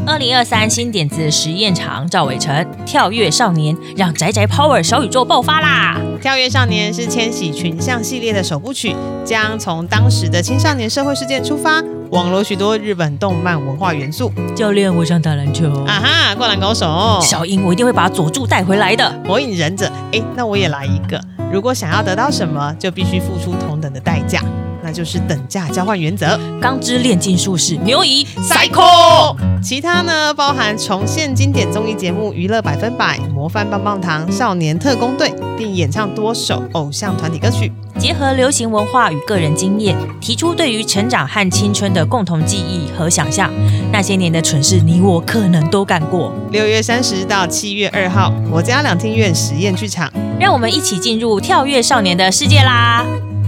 2023新点子实验场赵伟成跳跃少年，让宅宅 Power 小宇宙爆发啦！ 跳跃少年是千禧群像系列的首部曲，将从当时的青少年社会事件出发，网罗许多日本动漫文化元素。 教练，我想打篮球。 啊哈，灌篮高手。 小樱，我一定会把佐助带回来的。 火影忍者，那我也来一个。如果想要得到什么，就必须付出同等的代价，那就是等价交换原则。 钢之炼金术士牛乙 Psycho。其他呢，包含重现经典综艺节目《娱乐100%》、模范棒棒糖、少年特工队，并演唱多首偶像团体歌曲， 结合流行文化与个人经验，提出对于成长和青春的共同记忆和想象。那些年的蠢事，你我可能都干过。 6月30到7月2号，我家两厅院实验剧场， 让我们一起进入跳跃少年的世界啦！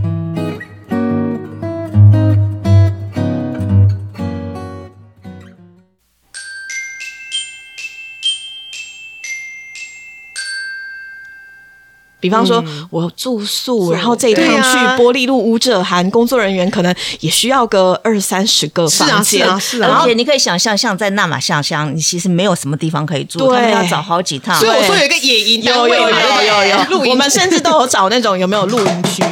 比方说我住宿，然后这一趟去玻璃路舞者涵，工作人员可能也需要个20-30个房间， 是啊。 而且你可以想象，像在纳马夏乡，你其实没有什么地方可以住， 对， 他们要找好几趟。 所以我说有一个野营单位嘛， 有，我们甚至都有找那种有没有露营区。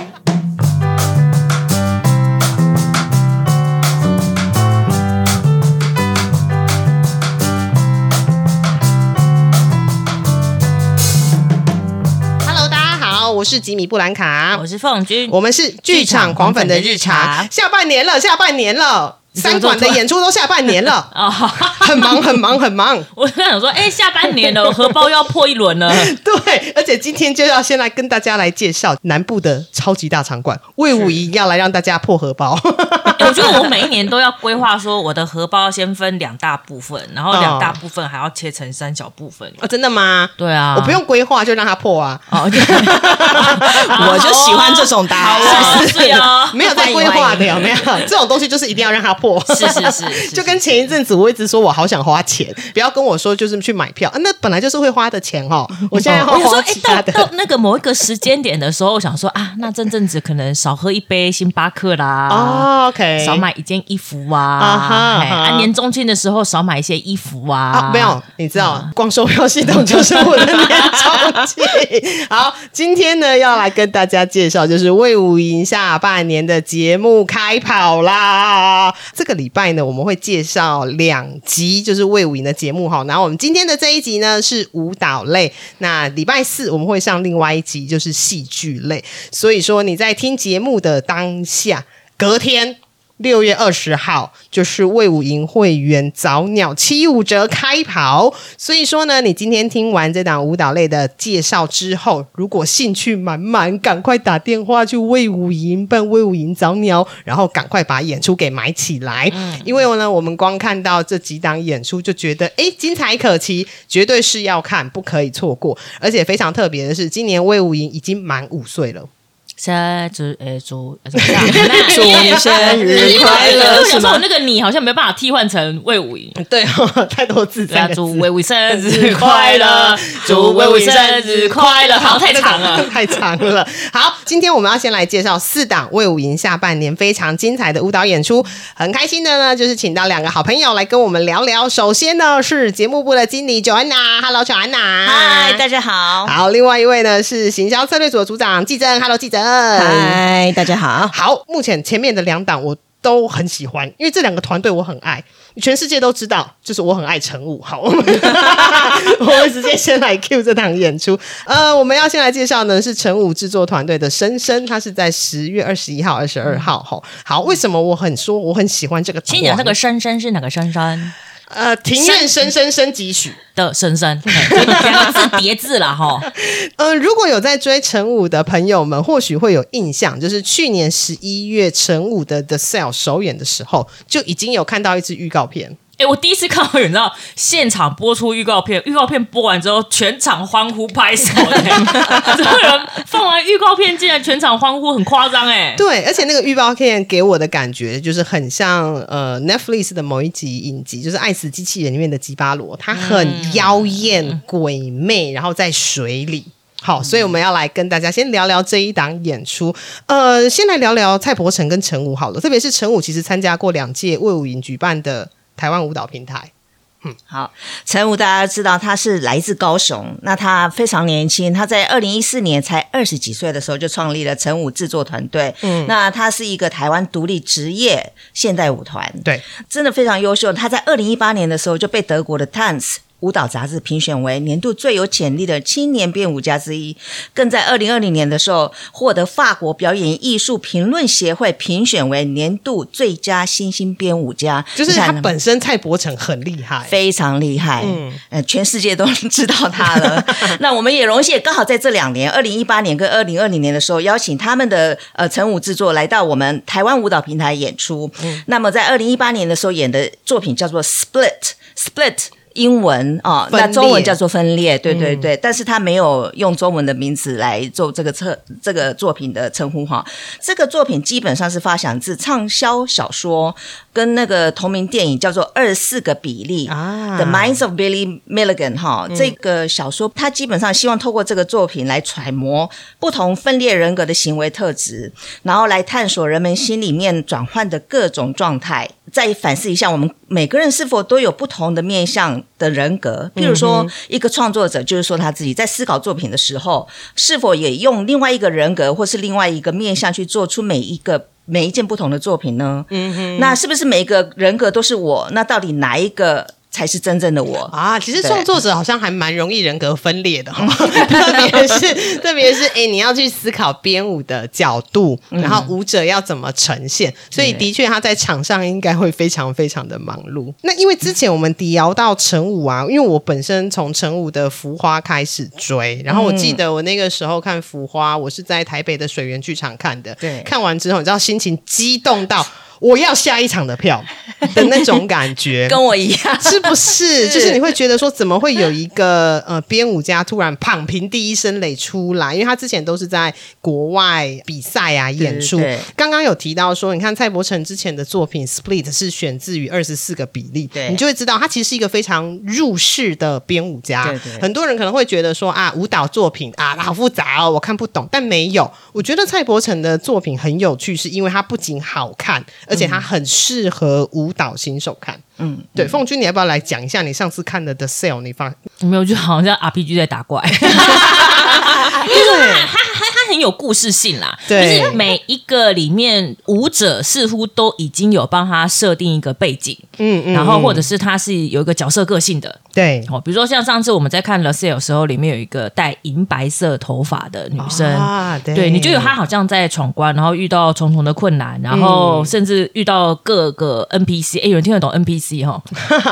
我是吉米布兰卡， 我是凤君， 我们是剧场狂粉的日常。下半年了，3馆的演出都下半年了，很忙。 我想说，下半年了，荷包要破1轮了。 对，而且今天就要先来跟大家来介绍南部的超级大场馆魏武营，要来让大家破荷包。 我觉得我每一年都要规划说，我的荷包先分2大部分，然后2大部分还要切成3小部分。 真的吗？ 对啊， 我不用规划就让它破啊。 我就喜欢这种答案，是啊， 没有在规划的，有没有？这种东西就是一定要让它破。 是， 就跟前一阵子我一直说我好想花钱，不要跟我说就是去买票，那本来就是会花的钱我现在要花其他的。 到那个某一个时间点的时候，我想说啊，那这阵子可能少喝一杯星巴克啦。 OK， 少买一件衣服啊。年中庆的时候少买一些衣服啊。 没有，你知道，光售票系统就是我的年中庆。好，今天呢要来跟大家介绍，就是魏武营下半年的节目开跑啦。这个礼拜呢，我们会介绍2集，就是魏武营的节目哈。然后我们今天的这一集呢是舞蹈类，那礼拜4我们会上另外一集，就是戏剧类。所以说你在听节目的当下，隔天6月20号就是魏武营会员早鸟75折开跑，所以说呢，你今天听完这档舞蹈类的介绍之后，如果兴趣满满，赶快打电话去魏武营办魏武营早鸟，然后赶快把演出给买起来。因为呢，我们光看到这几档演出就觉得精彩可期，绝对是要看，不可以错过。而且非常特别的是，今年魏武营已经满5岁了。 祝你生日快乐！ 是吗？那个你好像没办法替换成魏武营， 对太多字。 祝魏武生日快乐，祝魏武生日快乐，好，太长了， 太长了。好，今天我们要先来介绍4档魏武营下半年非常精彩的舞蹈演出。很开心的呢，就是请到2个好朋友来跟我们聊聊。首先呢是节目部的经理 Joanna，Hello Joanna， 嗨，大家好。 好，另外一位呢是行销策略组的组长纪珍，Hello 纪珍。 嗨，大家好。 好，目前前面的2档我都很喜欢，因为这2个团队我很爱，全世界都知道，就是我很爱陈武。好，我们直接先来 cue 这档演出。我们要先来介绍呢是陈武制作团队的深深，他是在10月21号、22号。好，为什么我很喜欢这个团队？ 请讲那个深深是哪个深深？ 庭院深深深几许的深深，2个字叠字啦齁。 如果有在追陈武的朋友们，或许会有印象，就是去年11月陈武的 The Cell 首演的时候，就已经有看到一支预告片。 我第一次看到，你知道现场播出预告片播完之后，全场欢呼拍手，所有人放完预告片，竟然全场欢呼，很夸张对，而且那个预告片给我的感觉就是很像Netflix 的某一集影集，就是《爱死机器人》里面的吉巴罗，他很妖艳鬼魅，然后在水里。好，所以我们要来跟大家先聊聊这一档演出。先来聊聊蔡柏成跟陈武好了，特别是陈武其实参加过2届魏武营举办的台湾舞蹈平台。 好，陈武大家知道他是来自高雄，那他非常年轻，他在2014年才20几岁的时候就创立了陈武制作团队。那他是一个台湾独立职业现代舞团， 对， 真的非常优秀。他在2018年的时候就被德国的 Tanz舞蹈杂志评选为年度最有潜力的青年编舞家之一，更在2020年的时候获得法国表演艺术评论协会评选为年度最佳新兴编舞家。 就是他本身蔡伯成很厉害， 非常厉害，全世界都知道他了。那我们也荣幸刚好在这2年2018年跟2020年的时候邀请他们的陈武制作来到我们台湾舞蹈平台演出。那么在2018年的时候演的作品叫做 Split，英文那中文叫做分裂，对对对，但是他没有用中文的名字来做这个作品的称呼哈。这个作品基本上是发想自畅销小说跟那个同名电影叫做24个比例The Minds of Billy Milligan 哈。这个小说他基本上希望透过这个作品来揣摩不同分裂人格的行为特质，然后来探索人们心里面转换的各种状态，再反思一下我们每个人是否都有不同的面向的人格。譬如说一个创作者就是说他自己在思考作品的时候是否也用另外一个人格或是另外一个面向去做出每一件不同的作品呢？那是不是每一个人格都是我？那到底哪一个才是真正的我啊？其实创作者好像还蛮容易人格分裂的特别是你要去思考编舞的角度，然后舞者要怎么呈现，所以的确他在场上应该会非常非常的忙碌。那因为之前我们聊到陈武啊，因为我本身从陈武的浮花开始追，然后我记得我那个时候看浮花，我是在台北的水源剧场看的，对，看完之后你知道心情激动到我要下一场的票的那种感觉跟我一样是不是？就是你会觉得说怎么会有一个编舞家突然捧凭第一声雷出来，因为他之前都是在国外比赛啊演出。刚刚有提到说你看蔡伯成之前的作品 Split 是选自于24个比例，你就会知道他其实是一个非常入世的编舞家。对，很多人可能会觉得说舞蹈作品好复杂我看不懂，但没有，我觉得蔡伯成的作品很有趣，是因为他不仅好看，而且它很适合舞蹈新手看。对，凤君你要不要来讲一下你上次看的 The Cell？ 你放没有，就好像 RPG 在打怪就是它很有故事性啦，就是每一个里面舞者似乎都已经有帮他设定一个背景，然后或者是他是有一个角色个性的， 对， 比如说像上次我们在看 The Cell 的时候，里面有一个戴银白色头发的女生，对，你就有她好像在闯关，然后遇到重重的困难，然后甚至遇到各个 NPC， 有人听得懂 NPC 哈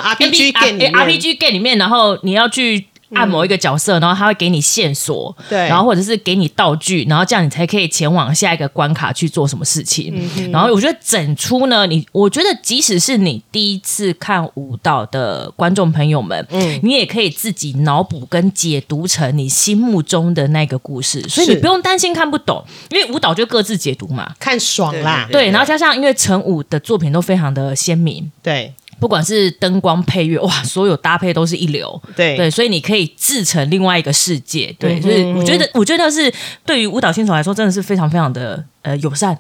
？RPG game 里面，然后你要去按某一个角色，然后他会给你线索，对，然后或者是给你道具，然后这样你才可以前往下一个关卡去做什么事情。然后我觉得整出呢，我觉得即使是你第一次看舞蹈的观众朋友们，你也可以自己脑补跟解读成你心目中的那个故事，所以你不用担心看不懂，因为舞蹈就各自解读嘛， 看爽啦。 对，然后加上因为陈武的作品都非常的鲜明， 对。 不管是灯光配乐，哇，所有搭配都是一流，对，所以你可以制成另外一个世界，对，所以我觉得是对于舞蹈新手来说，真的是非常非常的友善。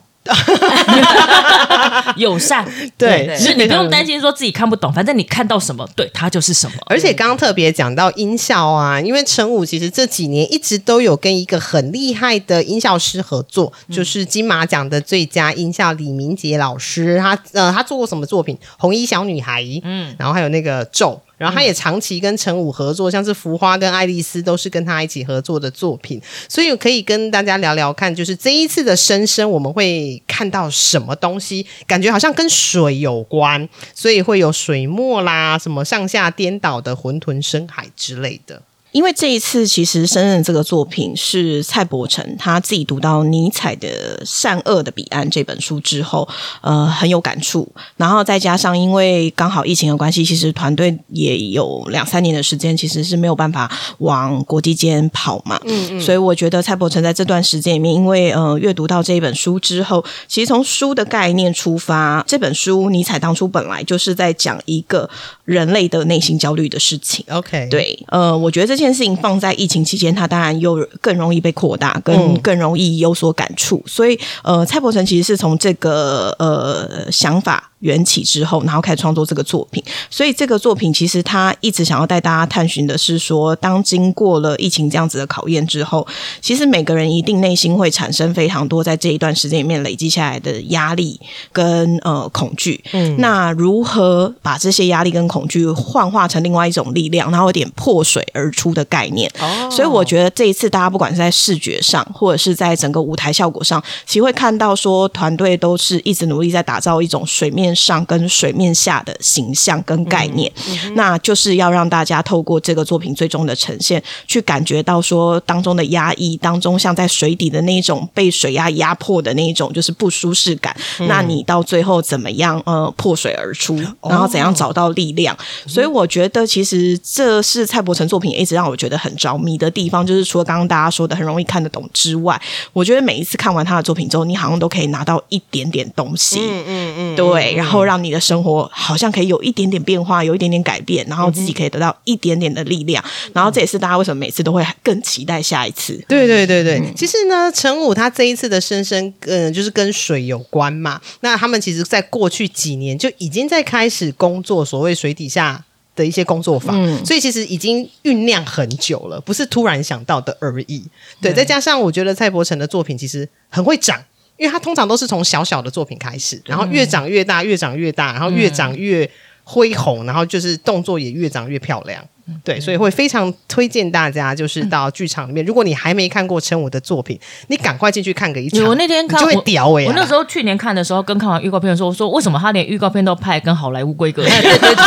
友善，对，是你不用担心说自己看不懂，反正你看到什么，对，它就是什么。 而且刚刚特别讲到音效啊，因为陈武其实这几年一直都有跟一个很厉害的音效师合作，就是金马奖的最佳音效李明杰老师，他做过什么作品？红衣小女孩，然后还有那个咒。然后他也长期跟陈武合作，像是浮花跟爱丽丝都是跟他一起合作的作品，所以可以跟大家聊聊看，就是这一次的深深我们会看到什么东西，感觉好像跟水有关，所以会有水墨啦，什么上下颠倒的混沌深海之类的。 因为这一次其实深深这个作品是蔡伯成他自己读到尼采的《善恶的彼岸》这本书之后很有感触，然后再加上因为刚好疫情的关系，其实团队也有2-3年的时间其实是没有办法往国际间跑嘛，所以我觉得蔡伯成在这段时间里面，因为阅读到这一本书之后，其实从书的概念出发，这本书尼采当初本来就是在讲一个人类的内心焦虑的事情。 OK， 对，我觉得这件事情放在疫情期间，它当然又更容易被扩大，更容易有所感触。所以蔡伯成其实是从这个想法缘起之后，然后开始创作这个作品。所以这个作品其实他一直想要带大家探寻的是说，当经过了疫情这样子的考验之后，其实每个人一定内心会产生非常多在这一段时间里面累积下来的压力跟恐惧。那如何把这些压力跟恐惧幻化成另外一种力量，然后有点破水而出的概念。所以我觉得这一次大家不管是在视觉上或者是在整个舞台效果上，其实会看到说团队都是一直努力在打造一种水面上跟水面下的形象跟概念。那就是要让大家透过这个作品最终的呈现，去感觉到说当中的压抑，当中像在水底的那一种被水压迫的那一种就是不舒适感。那你到最后怎么样破水而出，然后怎样找到力量。所以我觉得其实这是蔡柏成作品也一直让我觉得很着迷的地方，就是除了刚刚大家说的很容易看得懂之外，我觉得每一次看完他的作品之后，你好像都可以拿到一点点东西。对，然后让你的生活好像可以有一点点变化，有一点点改变，然后自己可以得到一点点的力量。然后这也是大家为什么每次都会更期待下一次。 对对对对，其实呢，陈武他这一次的深深就是跟水有关嘛。那他们其实在过去几年就已经在开始工作所谓水底下的一些工作坊，所以其实已经酝酿很久了，不是突然想到的而已。对，再加上我觉得蔡柏成的作品其实很会长，因为他通常都是从小小的作品开始，然后越长越大，越长越大，然后越长越恢宏，然后就是动作也越长越漂亮。对，所以会非常推荐大家就是到剧场里面，如果你还没看过陈武的作品，你赶快进去看个一场。 我那天看就会屌我那时候去年看的时候，跟看完预告片的时候，我说为什么他连预告片都拍跟好莱坞规格？我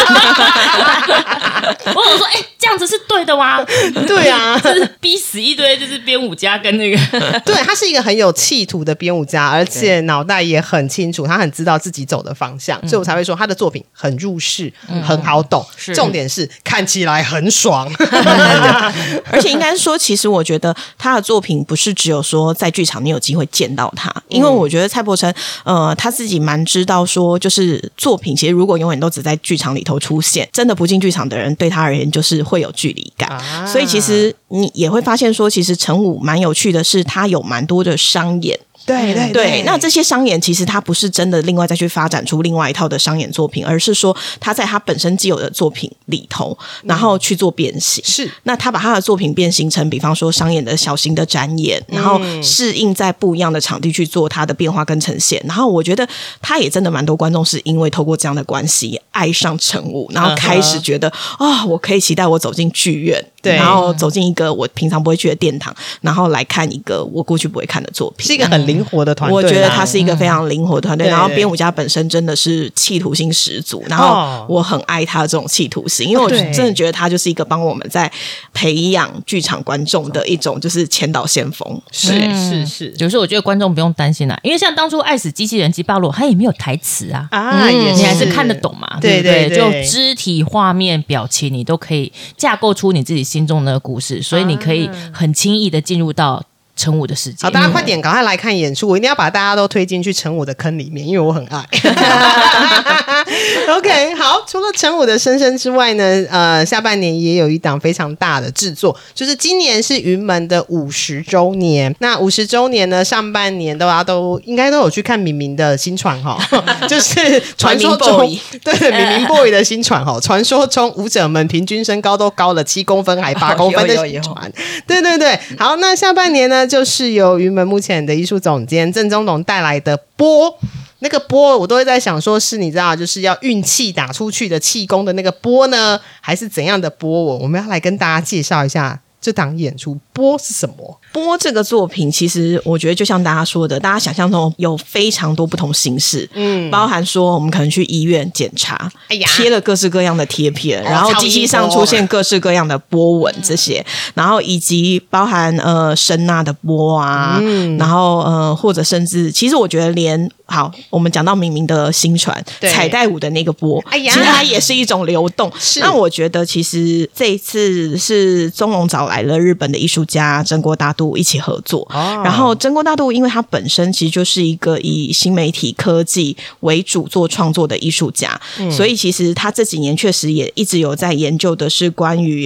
说这样子是对的吗？ 对啊， 就是逼死一堆就是编舞家跟那个对，他是一个很有企图的编舞家，而且脑袋也很清楚，他很知道自己走的方向，所以我才会说他的作品很入世，很好懂，重点是看起来很爽。 而且应该说其实我觉得他的作品不是只有说在剧场你有机会见到他，因为我觉得蔡柏成他自己蛮知道说就是作品其实如果永远都只在剧场里头出现，真的不进剧场的人对他而言就是会有距离感。所以其实你也会发现说其实陈武蛮有趣的是他有蛮多的商演。 对对对，那这些商演其实他不是真的另外再去发展出另外一套的商演作品，而是说他在他本身既有的作品里头然后去做变形。 是， 那他把他的作品变形成比方说商演的小型的展演，然后适应在不一样的场地去做他的变化跟呈现。然后我觉得他也真的蛮多观众是因为透过这样的关系爱上陈武，然后开始觉得我可以期待我走进剧院，对，然后走进一个我平常不会去的殿堂，然后来看一个我过去不会看的作品。 是一个很灵活的团队， 我觉得他是一个非常灵活的团队，然后编舞家本身真的是企图心十足，然后我很爱他这种企图心，因为我真的觉得他就是一个帮我们在培养剧场观众的一种就是前导先锋。 是， 有时候我觉得观众不用担心啦，因为像当初爱死机器人吉巴罗他也没有台词啊，你还是看得懂嘛，对不对？就肢体画面表情你都可以架构出你自己心中的故事，所以你可以很轻易的进入到陈武的世界。 好，大家快点赶快来看演出，我一定要把大家都推进去陈武的坑里面，因为我很爱。OK， 好，除了陈武的深深之外呢，下半年也有一档非常大的制作，就是今年是云门的50周年。那50周年呢，上半年大家都应该都有去看明明的新传哈，就是传说中对明明 boy 的新传哈，传说中舞者们平均身高都高了7公分还8公分的新传。对对对，好，那下半年呢，就是由云门目前的艺术总监郑宗龙带来的波。那个波我都会在想说是你知道就是要运气打出去的气功的那个波呢，还是怎样的波？我们要来跟大家介绍一下这档演出波是什么。 波这个作品其实我觉得就像大家说的，大家想象中有非常多不同形式，包含说我们可能去医院检查，贴了各式各样的贴片，然后机器上出现各式各样的波纹这些，然后以及包含声呐的波啊，然后或者甚至其实我觉得连好我们讲到明明的新传彩带舞的那个波，其实它也是一种流动。那我觉得其实这一次是宗龙找来了日本的艺术家真锅大度一起合作，然后真锅大度因为他本身其实就是一个以新媒体科技为主做创作的艺术家，所以其实他这几年确实也一直有在研究的是关于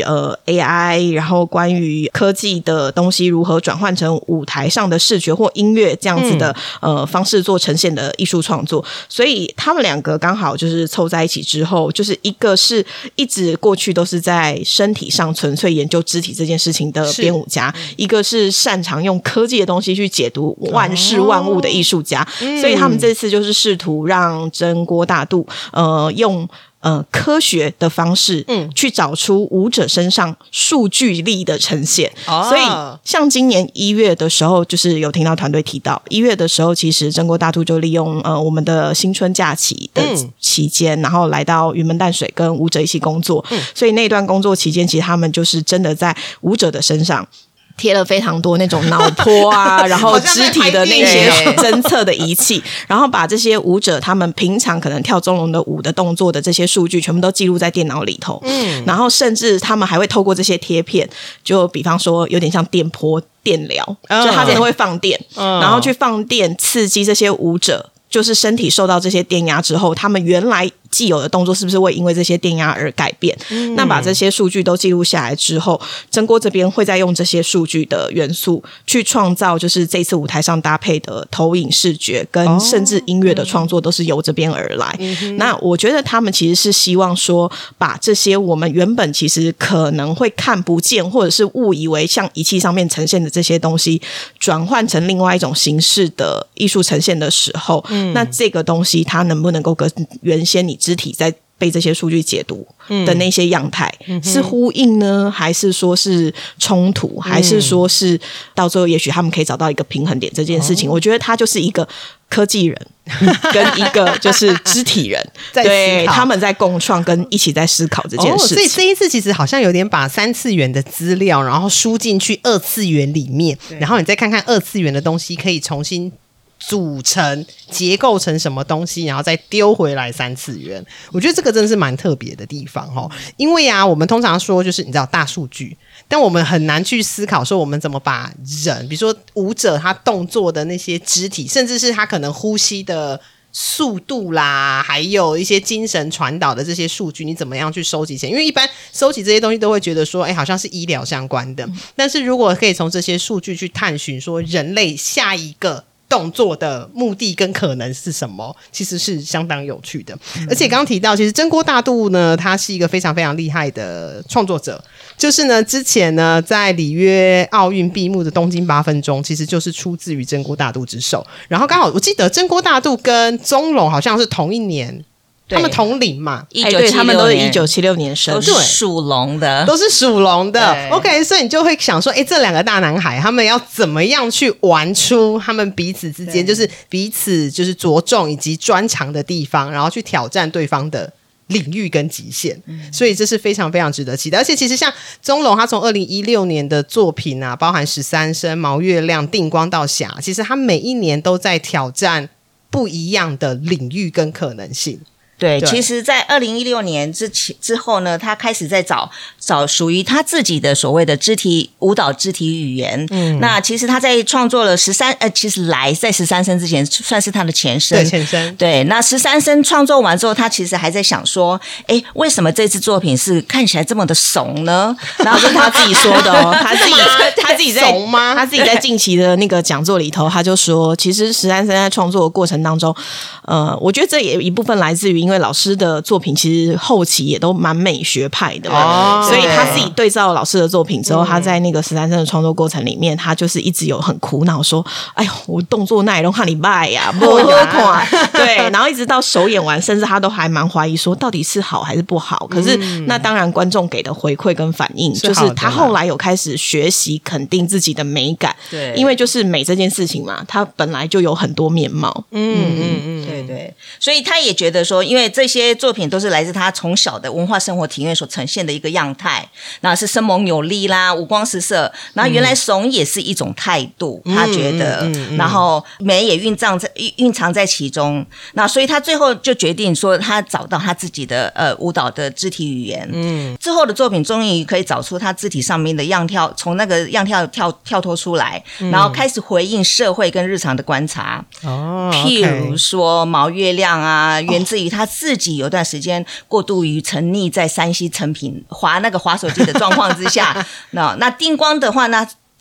AI， 然后关于科技的东西如何转换成舞台上的视觉或音乐这样子的方式做呈现现的艺术创作，所以他们两个刚好就是凑在一起之后，就是一个是一直过去都是在身体上纯粹研究肢体这件事情的编舞家，一个是擅长用科技的东西去解读万事万物的艺术家，所以他们这次就是试图让真锅大度用科学的方式去找出舞者身上数据力的呈现，所以像今年1月的时候，就是有听到团队提到1月的时候，其实真锅大度就利用我们的新春假期的期间，然后来到云门淡水跟舞者一起工作，所以那段工作期间，其实他们就是真的在舞者的身上贴了非常多那种脑波啊，然后肢体的那些侦测的仪器，然后把这些舞者他们平常可能跳中龙的舞的动作的这些数据全部都记录在电脑里头，然后甚至他们还会透过这些贴片，就比方说有点像电波电疗，就他真的会放电，然后去放电刺激这些舞者，就是身体受到这些电压之后，他们原来既有的动作是不是会因为这些电压而改变，那把这些数据都记录下来之后，真锅这边会再用这些数据的元素去创造就是这次舞台上搭配的投影视觉跟甚至音乐的创作都是由这边而来，那我觉得他们其实是希望说把这些我们原本其实可能会看不见或者是误以为像仪器上面呈现的这些东西转换成另外一种形式的艺术呈现的时候，那这个东西它能不能够跟原先你肢体在被这些数据解读的那些样态是呼应呢，还是说是冲突，还是说是到最后也许他们可以找到一个平衡点，这件事情我觉得它就是一个科技人跟一个就是肢体人对，他们在共创跟一起在思考这件事情， 所以这一次其实好像有点把3次元的资料然后输进去2次元里面，然后你再看看2次元的东西可以重新组成结构成什么东西，然后再丢回来3次元。我觉得这个真的是蛮特别的地方因为我们通常说就是你知道大数据，但我们很难去思考说我们怎么把人，比如说舞者他动作的那些肢体，甚至是他可能呼吸的速度啦，还有一些精神传导的这些数据，你怎么样去收集起来？因为一般收集这些东西都会觉得说好像是医疗相关的，但是如果可以从这些数据去探寻说人类下一个动作的目的跟可能是什么，其实是相当有趣的。而且刚刚提到其实真锅大度呢，他是一个非常非常厉害的创作者，就是呢之前呢在里约奥运闭幕的东京8分钟其实就是出自于真锅大度之手，然后刚好我记得真锅大度跟宗龙好像是同一年，他们同龄嘛对，他们都是1976年生， 都是属龙的， 都是属龙的。OK， 所以你就会想说这两个大男孩他们要怎么样去玩出他们彼此之间就是彼此就是着重以及专长的地方，然后去挑战对方的领域跟极限，所以这是非常非常值得期待。而且其实像宗龙他从2016年的作品啊，包含13声、毛月亮、定光到霞，其实他每一年都在挑战不一样的领域跟可能性。 对，其实在2016年之后呢，他开始在找属于他自己的所谓的舞蹈肢体语言。那其实他在创作了其实在13声之前算是他的前身。 对，前身。 对，那13声创作完之后，他其实还在想说，为什么这支作品是看起来这么的怂呢？ 然后是他自己说的他自己在怂吗？他自己在近期的那个讲座里头，他就说，其实13声在创作的过程当中，我觉得这也一部分来自于因为老师的作品其实后期也都蛮美学派的所以他自己对照老师的作品之后，他在那个13声的创作过程里面，他就是一直有很苦恼说，哎呦，我动作那也都看你败呀，不好看。对，然后一直到首演完，甚至他都还蛮怀疑说到底是好还是不好。可是那当然观众给的回馈跟反应，就是他后来有开始学习肯定自己的美感。对，因为就是美这件事情嘛，它本来就有很多面貌。 对，所以他也觉得说，因为这些作品都是来自他从小的文化生活体验所呈现的一个样态，那是生猛有力啦，五光十色，然后原来怂也是一种态度，他觉得，然后美也蕴藏在其中，那所以他最后就决定说，他找到他自己的舞蹈的肢体语言，之后的作品终于可以找出他肢体上面的样跳，从那个样跳跳脱出来，然后开始回应社会跟日常的观察，譬如说毛月亮啊，源自于他自己有段时间过度于沉溺在3C成品滑手机的状况之下那定光的话呢，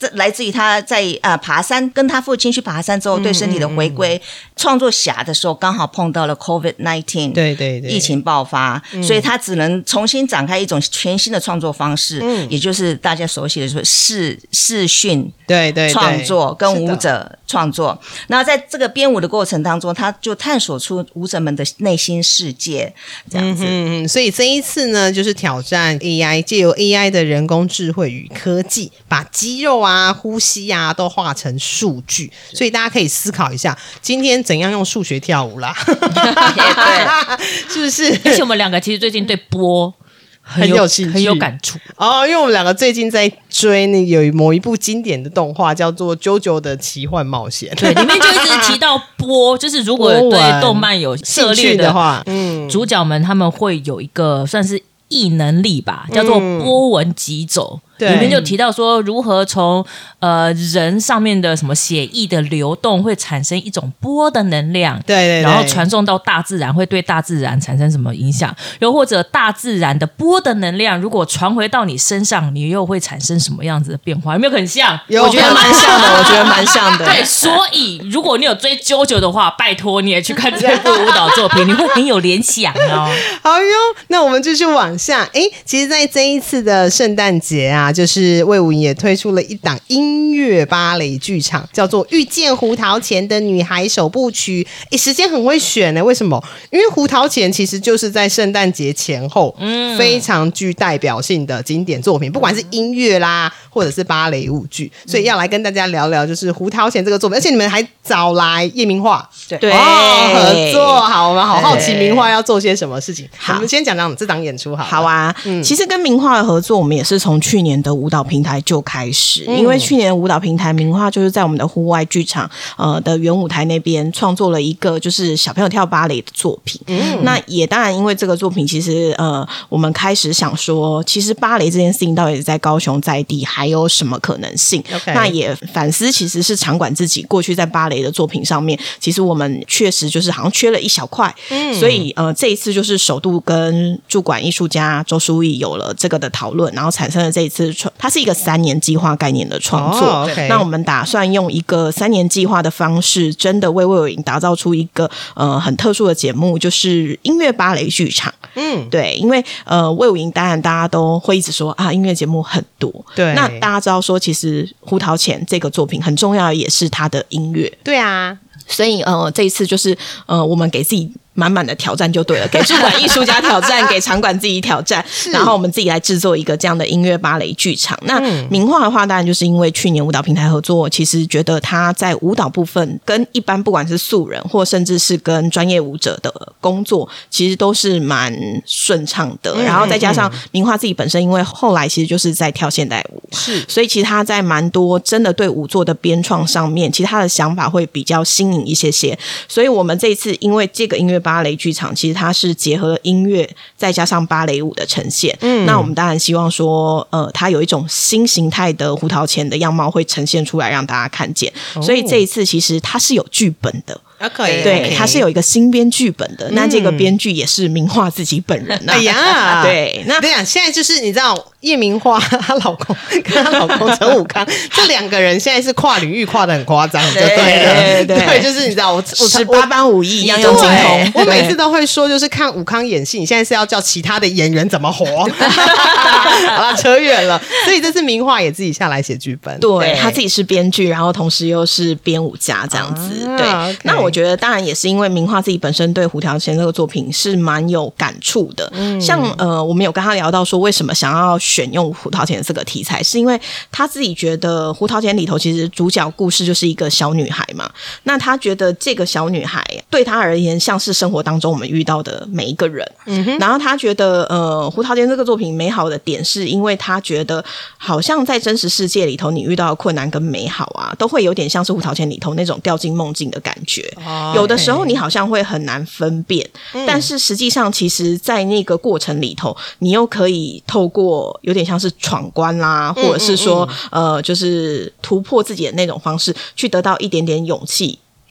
来自于他在爬山，跟他父亲去爬山之后对身体的回归。创作侠的时候刚好碰到了 COVID-19 对对对， 疫情爆发，所以他只能重新展开一种全新的创作方式，也就是大家熟悉的说视讯创作跟舞者创作。然后在这个编舞的过程当中，他就探索出舞者们的内心世界，这样子。 所以这一次呢，就是挑战 AI， 借由 AI 的人工智慧与科技，把肌肉啊、呼吸啊都化成数据。所以大家可以思考一下，今天怎样用数学跳舞啦？是不是？ 而且我们两个其实最近对波很有兴趣， 很有感触哦。因为我们两个最近在追有某一部经典的动画，叫做《JoJo 的奇幻冒险》。 对，里面就一直提到波，就是如果对动漫有涉猎的话， 主角们他们会有一个算是异能力吧，叫做波纹疾走。里面就提到说，如何从人上面的什么血液的流动会产生一种波的能量， 对， 然后传送到大自然，会对大自然产生什么影响？又或者大自然的波的能量，如果传回到你身上，你又会产生什么样子的变化？有没有很像？ 我觉得蛮像的，我觉得蛮像的。 对，所以如果你有追JoJo的话，拜托你也去看这部舞蹈作品，你会很有联想哦。 好哟，那我们继续往下。其实，在这一次的圣诞节啊，就是魏武营也推出了一档音乐芭蕾剧场，叫做《遇见胡桃钳的女孩》首部曲。时间很会选为什么？因为胡桃钳其实就是在圣诞节前后，非常具代表性的经典作品，不管是音乐啦，或者是芭蕾舞剧，所以要来跟大家聊聊就是胡桃钳这个作品。而且你们还找来叶明化， 对合作。好，我们好好奇明化要做些什么事情。我们先讲讲这档演出好啊。其实跟明化的合作，我们也是从去年的舞蹈平台就开始，因为去年的舞蹈平台明化就是在我们的户外剧场的原舞台那边创作了一个就是小朋友跳芭蕾的作品。那也当然因为这个作品，其实我们开始想说，其实芭蕾这件事情到底在高雄在地还有什么可能性？那也反思其实是场馆自己过去在芭蕾的作品上面，其实我们确实就是好像缺了一小块。所以这一次就是首度跟驻馆艺术家周书义有了这个的讨论，然后产生了这一次它是一个3年计划概念的创作。那我们打算用一个3年计划的方式，真的为魏武营打造出一个很特殊的节目，就是音乐芭蕾剧场。对，因为魏武营当然大家都会一直说啊，音乐节目很多。对，那大家知道说，其实胡桃钳这个作品很重要的也是它的音乐。 对啊， 所以这一次就是我们给自己满满的挑战就对了，给驻馆艺术家挑战，给场馆自己挑战，然后我们自己来制作一个这样的音乐芭蕾剧场。那明化的话，当然就是因为去年舞蹈平台合作，其实觉得他在舞蹈部分跟一般不管是素人或甚至是跟专业舞者的工作，其实都是蛮顺畅的。然后再加上明化自己本身，因为后来其实就是在跳现代舞，所以其实他在蛮多真的对舞作的编创上面，其实他的想法会比较新颖一些些。所以我们这一次因为这个音乐芭蕾剧场其实它是结合音乐再加上芭蕾舞的呈现。那我们当然希望说它有一种新形态的胡桃钳的样貌会呈现出来让大家看见。所以这一次其实它是有剧本的。对，他是有一个新编剧本的。那这个编剧也是明化自己本人哎呀， 对，那现在就是你知道叶明化她老公跟她老公陈武康这2个人现在是跨领域跨得很夸张，就对了。对，就是你知道我 18般武艺一样用精通。 我每次都会说，就是看武康演戏，你现在是要叫其他的演员怎么活？好了，扯远了。所以这次明化也自己下来写剧本， 对，他自己是编剧，然后同时又是编舞家这样子。对，那我觉得当然也是因为明化自己本身对胡桃钳这个作品是蛮有感触的。像我们有跟他聊到说，为什么想要选用胡桃钳这个题材，是因为他自己觉得胡桃钳里头其实主角故事就是一个小女孩嘛。那他觉得这个小女孩对他而言像是生活当中我们遇到的每一个人。然后他觉得胡桃钳这个作品美好的点是因为他觉得好像在真实世界里头你遇到的困难跟美好啊，都会有点像是胡桃钳里头那种掉进梦境的感觉。有的时候你好像会很难分辨，但是实际上其实在那个过程里头，你又可以透过有点像是闯关啦，或者是说就是突破自己的那种方式，去得到一点点勇气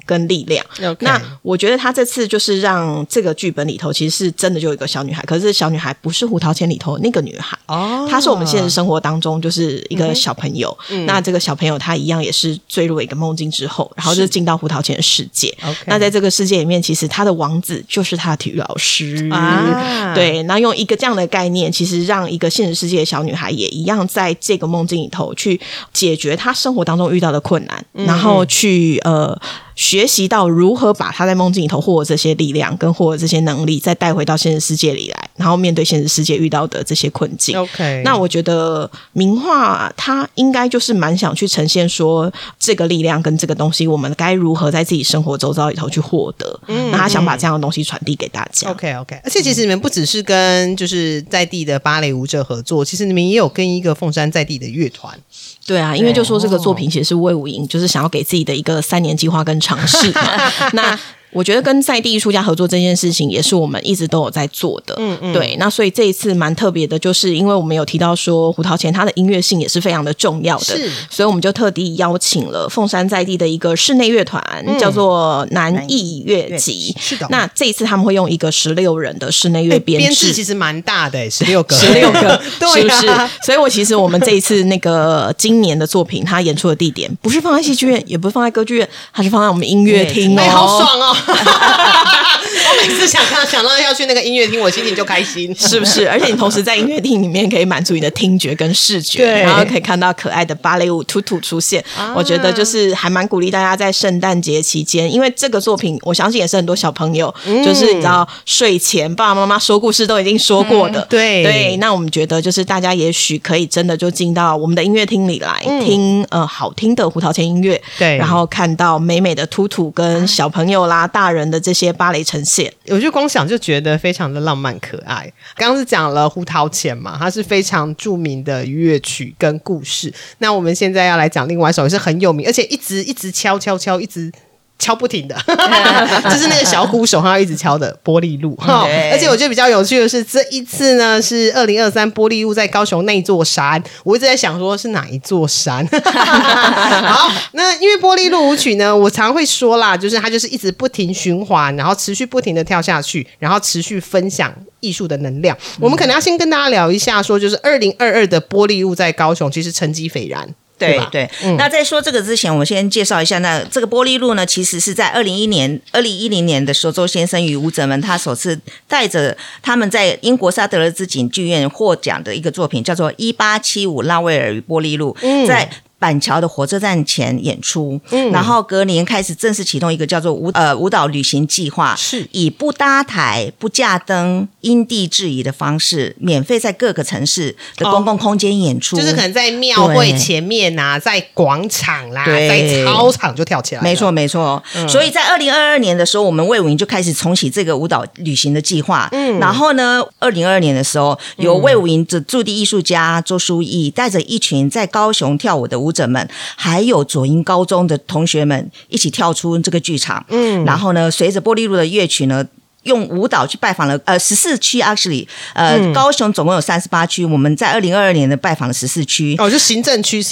跟力量。那我觉得他这次就是让这个剧本里头其实是真的就有一个小女孩，可是小女孩不是胡桃钳里头那个女孩她是我们现实生活当中就是一个小朋友。那这个小朋友他一样也是坠入了一个梦境之后，然后就进到胡桃钳的世界。那在这个世界里面，其实他的王子就是他的体育老师对，那用一个这样的概念，其实让一个现实世界的小女孩也一样在这个梦境里头去解决她生活当中遇到的困难，然后去学习到如何把他在梦境里头获得这些力量跟获得这些能力再带回到现实世界里来，然后面对现实世界遇到的这些困境。那我觉得名画它应该就是蛮想去呈现说这个力量跟这个东西我们该如何在自己生活周遭里头去获得，那他想把这样的东西传递给大家。 OK， 而且其实你们不只是跟就是在地的芭蕾舞者合作，其实你们也有跟一个凤山在地的乐团。 对啊，因为就说这个作品其实是魏武营就是想要给自己的一个3年计划跟尝试嘛那我觉得跟在地艺术家合作这件事情也是我们一直都有在做的。对，那所以这一次蛮特别的，就是因为我们有提到说胡桃钳它的音乐性也是非常的重要的，所以我们就特地邀请了凤山在地的一个室内乐团，叫做南艺乐集。 是的， 那这一次他们会用一个16人的室内乐编制， 其实蛮大的16个 16个是不是？所以我们这一次那个今年的作品它演出的地点不是放在戏剧院，也不是放在歌剧院，它是放在我们音乐厅好爽哦我每次想到要去那个音乐厅，我心情就开心， 是不是？而且你同时在音乐厅里面可以满足你的听觉跟视觉，然后可以看到可爱的芭蕾舞兔兔出现。我觉得就是还蛮鼓励大家在圣诞节期间，因为这个作品我相信也是很多小朋友就是你知道睡前爸爸妈妈说故事都已经说过的。对，那我们觉得就是大家也许可以真的就进到我们的音乐厅里来听好听的胡桃钳音乐，对，然后看到美美的兔兔跟小朋友啦大人的这些芭蕾呈现。 我就光想就觉得非常的浪漫可爱。刚刚是讲了胡桃钳嘛，它是非常著名的乐曲跟故事。那我们现在要来讲另外一首也是很有名，而且一直敲一直敲不停的就是那个小鼓手他要一直敲的玻璃路而且我觉得比较有趣的是这一次呢是2023玻璃路在高雄那座山，我一直在想说是哪一座山好，那因为玻璃路舞曲呢我常会说啦，就是它就是一直不停循环，然后持续不停的跳下去，然后持续分享艺术的能量。我们可能要先跟大家聊一下说就是2022的玻璃路在高雄其实成绩斐然。 对，那在说这个之前，我们先介绍一下，那这个玻璃路呢，其实是在2010年的时候，周先生与舞者们他首次带着他们在英国沙德勒兹景剧院获奖的一个作品，叫做1875拉威尔与玻璃路，在板桥的火车站前演出，然后隔年开始正式启动一个叫做舞蹈旅行计划，是以不搭台、不架灯、因地制宜的方式，免费在各个城市的公共空间演出， 就是可能在庙会前面啊，在广场啦，在操场就跳起来了。 没错。所以在2022年的时候，我们魏武营就开始重启这个舞蹈旅行的计划。然后呢，2022年的时候，由魏武营的驻地艺术家周书义带着一群在高雄跳舞的舞者们，还有左营高中的同学们一起跳出这个剧场。然后呢，随着玻璃路的乐曲呢，用舞蹈去拜访了14区 actually 高雄总共有38区，我们在2022年的拜访了14区就行政区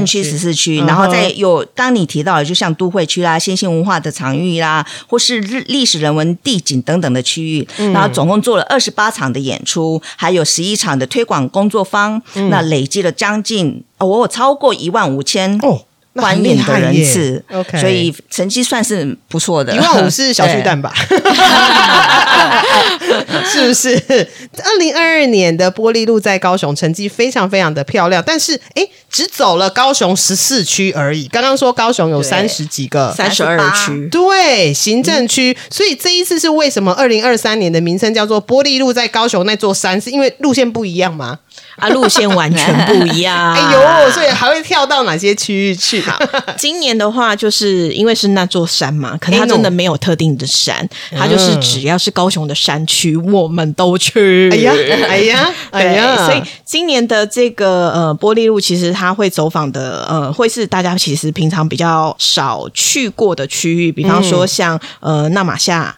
14区，然后再有刚你提到的就像都会区啦、先进文化的场域啦，或是历史人文地景等等的区域，然后总共做了28场的演出，还有11场的推广工作坊，那累积了将近我有超过15000观演的人次，所以成绩算是不错的。 15000是小巨蛋吧是不是？2022年的玻璃路在高雄成绩非常非常的漂亮，但是只走了高雄14区而已。刚刚说高雄有30几个 32区， 对，行政区。所以这一次是为什么2023年的名称叫做玻璃路在高雄那座山，是因为路线不一样吗？ 路线完全不一样所以还会跳到哪些区域去？ 好，今年的话就是因为是那座山嘛，可能它真的没有特定的山，它就是只要是高雄的山区我们都去。 哎呀， 所以今年的这个玻璃路其实它会走访的会是大家其实平常比较少去过的区域，比方说像那玛夏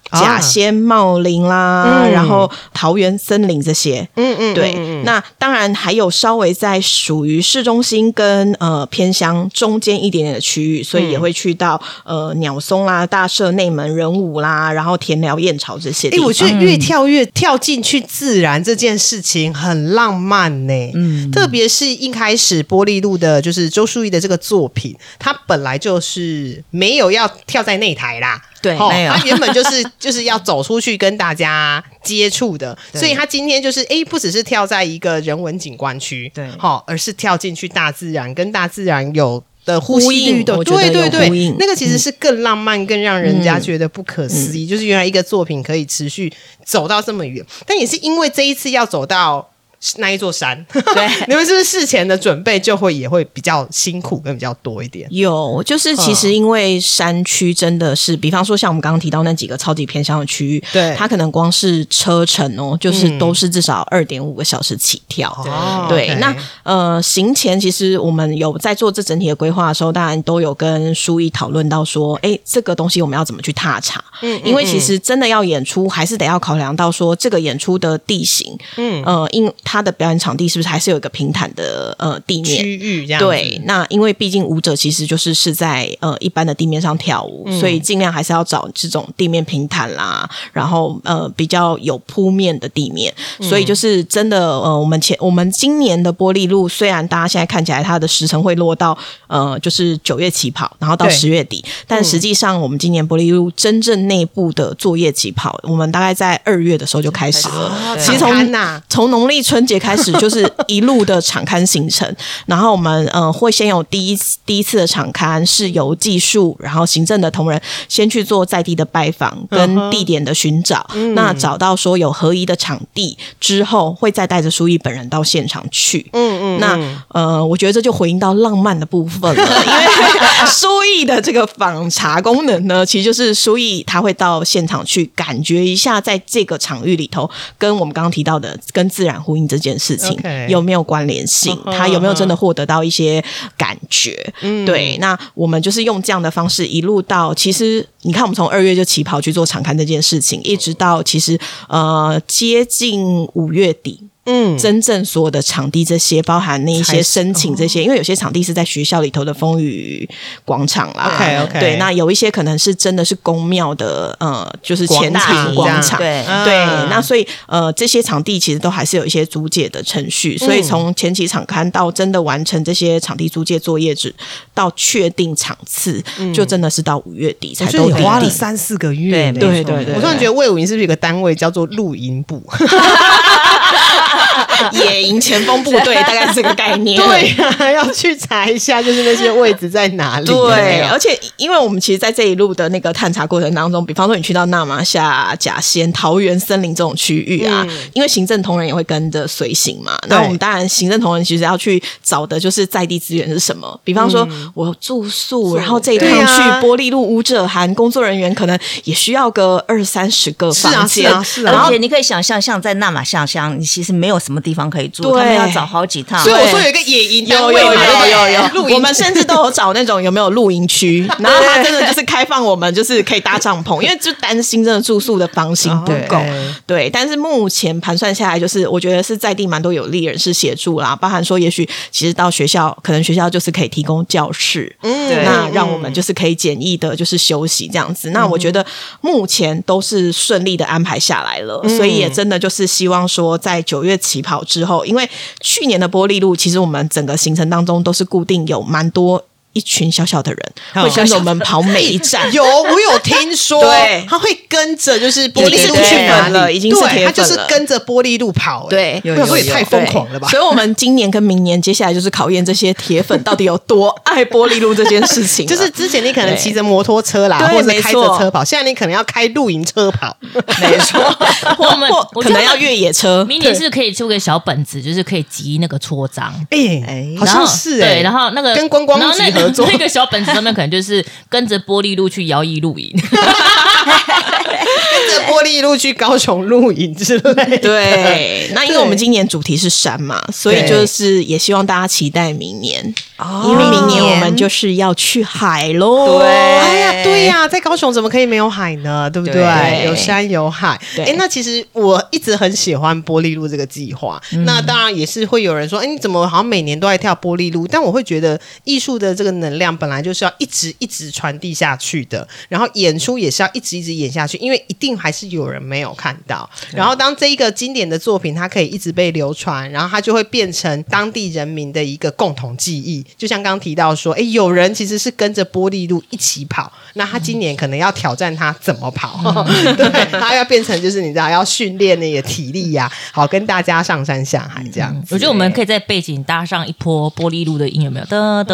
甲仙、茂林啦，然后桃园森林这些，对。那当然还有稍微在属于市中心跟偏乡中间一点点的区域，所以也会去到鸟松啦、大社、内门、仁武啦，然后田寮、燕巢这些地方。 我觉得越跳进去自然这件事情很浪漫呢。特别是一开始玻璃路的，就是周淑怡的这个作品，它本来就是没有要跳在内台啦。 对，没有， 他原本就是要走出去跟大家接触的，所以他今天就是不只是跳在一个人文景观区， 对， 而是跳进去大自然，跟大自然有的呼吸律动， 对， 那个其实是更浪漫，更让人家觉得不可思议。就是原来一个作品可以持续走到这么远，但也是因为这一次要走到那一座山，对，你们是不是事前的准备也会比较辛苦跟比较多一点？ 有，就是其实因为山区真的是，比方说像我们刚刚提到那几个超级偏乡的区域， 对， 它可能光是车程就是都是至少2.5个小时起跳。对，那行前其实我们有在做这整体的规划的时候，当然都有跟书艺讨论到说，这个东西我们要怎么去踏查？因为其实真的要演出，还是得要考量到说这个演出的地形，因它的表演场地是不是还是有一个平坦的地面区域这样子？ 对，那因为毕竟舞者其实是在一般的地面上跳舞，所以尽量还是要找这种地面平坦啦，然后比较有铺面的地面。所以就是真的我们今年的玻璃路，虽然大家现在看起来它的时程会落到就是9月起跑，然后到10月底，但实际上我们今年玻璃路真正内部的作业起跑，我们大概在2月的时候就开始了。其实从农历春节开始就是一路的场勘行程，然后我们会先有第一次的场勘，是由技术然后行政的同仁先去做在地的拜访跟地点的寻找，那找到说有合宜的场地之后，会再带着书艺本人到现场去。那我觉得这就回应到浪漫的部分了，因为书艺的这个访查功能呢，其实就是书艺他会到现场去感觉一下，在这个场域里头跟我们刚刚提到的跟自然呼应这件事情有没有关联性，他有没有真的获得到一些感觉。对，那我们就是用这样的方式一路到，其实你看我们从2月就起跑去做场勘这件事情，一直到其实接近5月底，真正所有的场地这些包含那一些申请这些，因为有些场地是在学校里头的风雨广场啦，对，那有一些可能是真的是公庙的就是前庭广场，对，那所以这些场地其实都还是有一些租借的程序，所以从前期场勘到真的完成这些场地租借作业到确定场次，就真的是到5月底才都定， 花了3-4个月。 对， 我突然觉得卫武营是不是有个单位叫做露营部？ 野营前锋部队大概是这个概念。 对啊，要去查一下，就是那些位置在哪里。 对，而且因为我们其实在这一路的那个探查过程当中，比方说你去到那玛夏、甲仙、桃园森林这种区域啊，因为行政同仁也会跟着随行嘛，那我们当然行政同仁其实要去找的就是在地资源是什么，比方说我住宿，然后这一趟去玻璃路舞者含工作人员可能也需要个20-30个房间， 是啊，而且你可以想象，像在那玛夏乡，你其实没有什么地方可以住，他们要找好几趟。 所以我说有一个野营单位， 有，我们甚至都有找那种有没有露营区，然后他真的就是开放我们就是可以搭帐篷，因为就担心真的住宿的房型不够。对，但是目前盘算下来，就是我觉得是在地蛮多有利人士协助啦，包含说也许其实到学校，可能学校就是可以提供教室，那让我们就是可以简易的就是休息这样子。那我觉得目前都是顺利的安排下来了，所以也真的就是希望说在9月起跑之后，因为去年的玻璃路其实我们整个行程当中都是固定有蛮多一群小小的人会跟着我们跑每一站。 我有听说，对，他会跟着就是玻璃路去哪里， 已经是铁粉了， 他就是跟着玻璃路跑。 对， 有也太疯狂了吧！ 所以我们今年跟明年接下来就是考验这些铁粉到底有多爱玻璃路这件事情。 就是之前你可能骑着摩托车啦，或者开着车跑，现在你可能要开露营车跑。 没错，我可能要越野车。 明年是可以出个小本子，就是可以集那个戳章。 好像是对，然后那个跟观光局合作， 那个小本子上面可能就是跟着玻璃路去摇曳露营。 着玻璃路去高雄露营之类的。 对，那因为我们今年主题是山嘛，所以就是也希望大家期待明年，因为明年我们就是要去海咯。 对，哎呀，对呀，在高雄怎么可以没有海呢？对不对？有山有海。那其实我一直很喜欢玻璃路这个计划。那当然也是会有人说，你怎么好像每年都在跳玻璃路？但我会觉得艺术的这个能量本来就是要一直传递下去的，然后演出也是要一直演下去，因为一定还是有人没有看到。然后当这一个经典的作品它可以一直被流传，然后它就会变成当地人民的一个共同记忆。就像刚刚提到说，有人其实是跟着玻璃路一起跑，那他今年可能要挑战他怎么跑，对，他要变成就是你知道要训练那个体力呀，好跟大家上山下海这样子。 我觉得我们可以在背景搭上一波玻璃路的音，有没有？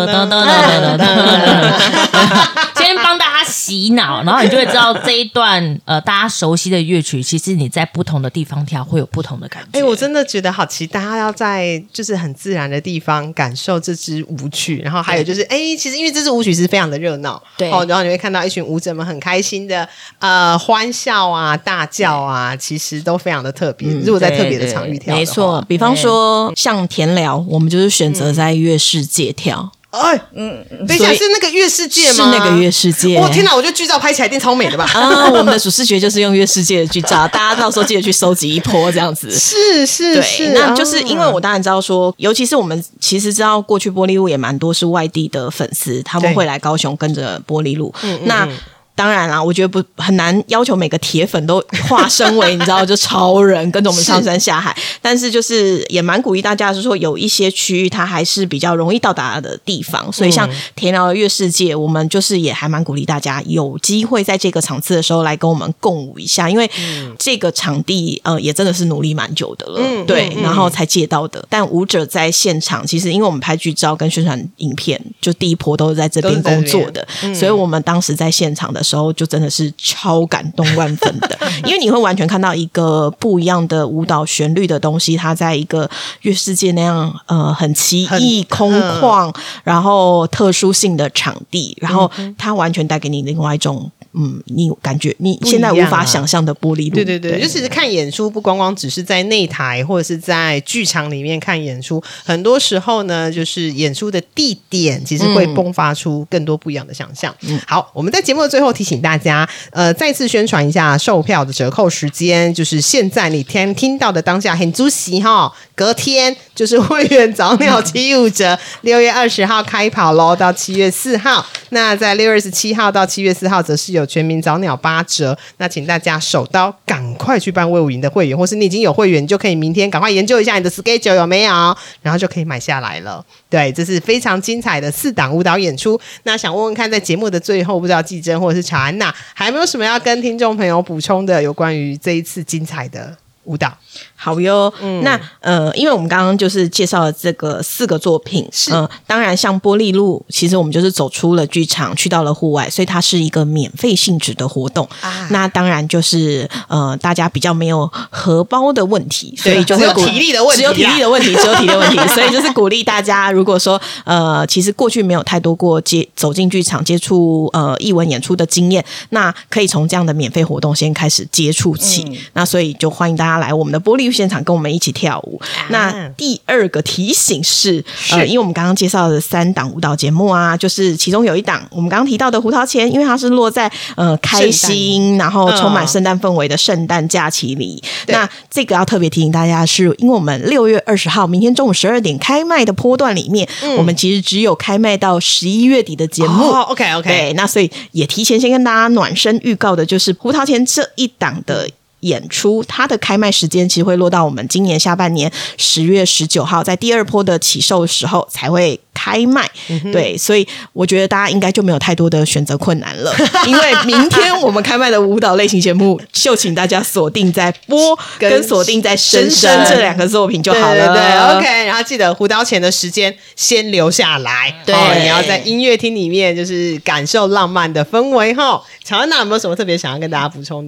先帮大家洗脑，然后你就会知道这一段大家熟悉的乐曲，其实你在不同的地方跳会有不同的感觉。 我真的觉得好期待，要在就是很自然的地方感受这支舞曲，然后还有就是其实因为这支舞曲是非常的热闹，对，然后你会看到一群舞者们很开心的欢笑啊、大叫啊，其实都非常的特别。如果在特别的场域跳的话， 没错，比方说像田寮，我们就是选择在月世界跳。 等一下，是那个月世界吗？ 是那个月世界。 天哪，我觉得剧照拍起来一定超美的吧？ 我们的主视觉就是用月世界的剧照，大家到时候记得去收集一波这样子。 是， 那就是因为我当然知道说，尤其是我们其实知道过去玻璃路也蛮多是外地的粉丝，他们会来高雄跟着玻璃路。那当然啦，我觉得很难要求每个铁粉都化身为你知道就超人跟着我们上山下海，但是就是也蛮鼓励大家，是说有一些区域它还是比较容易到达的地方，所以像田寮的月世界，我们就是也还蛮鼓励大家有机会在这个场次的时候来跟我们共舞一下，因为这个场地也真的是努力蛮久的了，对，然后才借到的。但舞者在现场，其实因为我们拍剧照跟宣传影片，就第一波都是在这边工作的，所以我们当时在现场的时候就真的是超感动万分的，因为你会完全看到一个不一样的舞蹈旋律的东西，它在一个月世界那样很奇异空旷然后特殊性的场地，然后它完全带给你另外一种你感觉你现在无法想象的玻璃路。 对，就其实看演出不光光只是在内台或者是在剧场里面看演出，很多时候呢就是演出的地点其实会迸发出更多不一样的想象。好，我们在节目的最后提醒大家再次宣传一下售票的折扣时间，就是现在你听到的当下很主席隔天就是会员早鸟75折，6月20号开跑咯，到7月4号，那在6月27号到7月4号则是有全民早鸟8折，那请大家手刀赶快去办魏武营的会员，或是你已经有会员，你就可以明天赶快研究一下你的 schedule 有没有，然后就可以买下来了。对，这是非常精彩的4档舞蹈演出。那想问问看，在节目的最后，不知道纪珍或者是乔安娜还有没有什么要跟听众朋友补充的有关于这一次精彩的舞蹈？ 好哟，那因为我们刚刚就是介绍了这个4个作品，当然像玻璃路，其实我们就是走出了剧场，去到了户外，所以它是一个免费性质的活动。那当然就是大家比较没有荷包的问题，所以就会只有体力的问题， 只有体力的问题，所以就是鼓励大家，如果说其实过去没有太多过走进剧场接触艺文演出的经验，那可以从这样的免费活动先开始接触起。那所以就欢迎大家来我们的玻璃现场跟我们一起跳舞。那第2个提醒是因为我们刚刚介绍的3档舞蹈节目啊，就是其中有一档我们刚刚提到的胡桃钳，因为它是落在开心然后充满圣诞氛围的圣诞假期里。那这个要特别提醒大家，是因为我们6月20号明天中午12点开卖的波段里面，我们其实只有开卖到11月底的节目。 OK， 对，那所以也提前先跟大家暖身预告的就是胡桃钳这一档的演出，它的开卖时间其实会落到我们今年下半年10月19号，在第2波的起售的时候才会开卖。对，所以我觉得大家应该就没有太多的选择困难了，因为明天我们开卖的舞蹈类型节目就请大家锁定在波跟锁定在深深这2个作品就好了。 对 OK， 然后记得胡桃钳的时间先留下来，对，你要在音乐厅里面就是感受浪漫的氛围。乔安娜有没有什么特别想要跟大家补充的？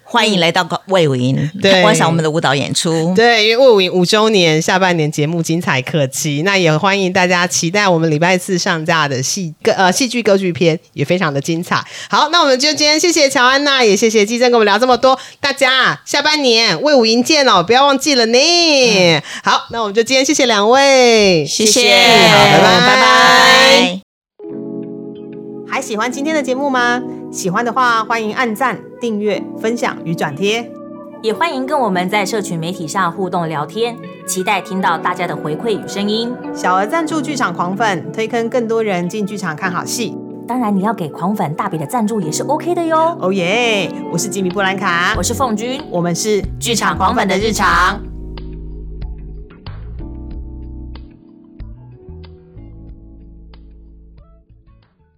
欢迎来到卫武营观赏我们的舞蹈演出。 对，因为卫武营5周年下半年节目精彩可期，那也欢迎大家期待我们礼拜4上架的戏剧歌剧片，也非常的精彩。好，那我们就今天谢谢乔安娜，也谢谢纪真跟我们聊这么多，大家下半年卫武营见哦，不要忘记了呢。好，那我们就今天谢谢2位， 谢谢， 好，拜拜拜拜。 还喜欢今天的节目吗？喜欢的话，欢迎按赞、订阅、分享与转贴， 也欢迎跟我们在社群媒体上互动聊天，期待听到大家的回馈与声音。 小额赞助剧场狂粉，推坑更多人进剧场看好戏。 当然，你要给狂粉大笔的赞助也是 OK 的哟。 哦耶！我是吉米布兰卡， 我是凤君， 我们是剧场狂粉的日常。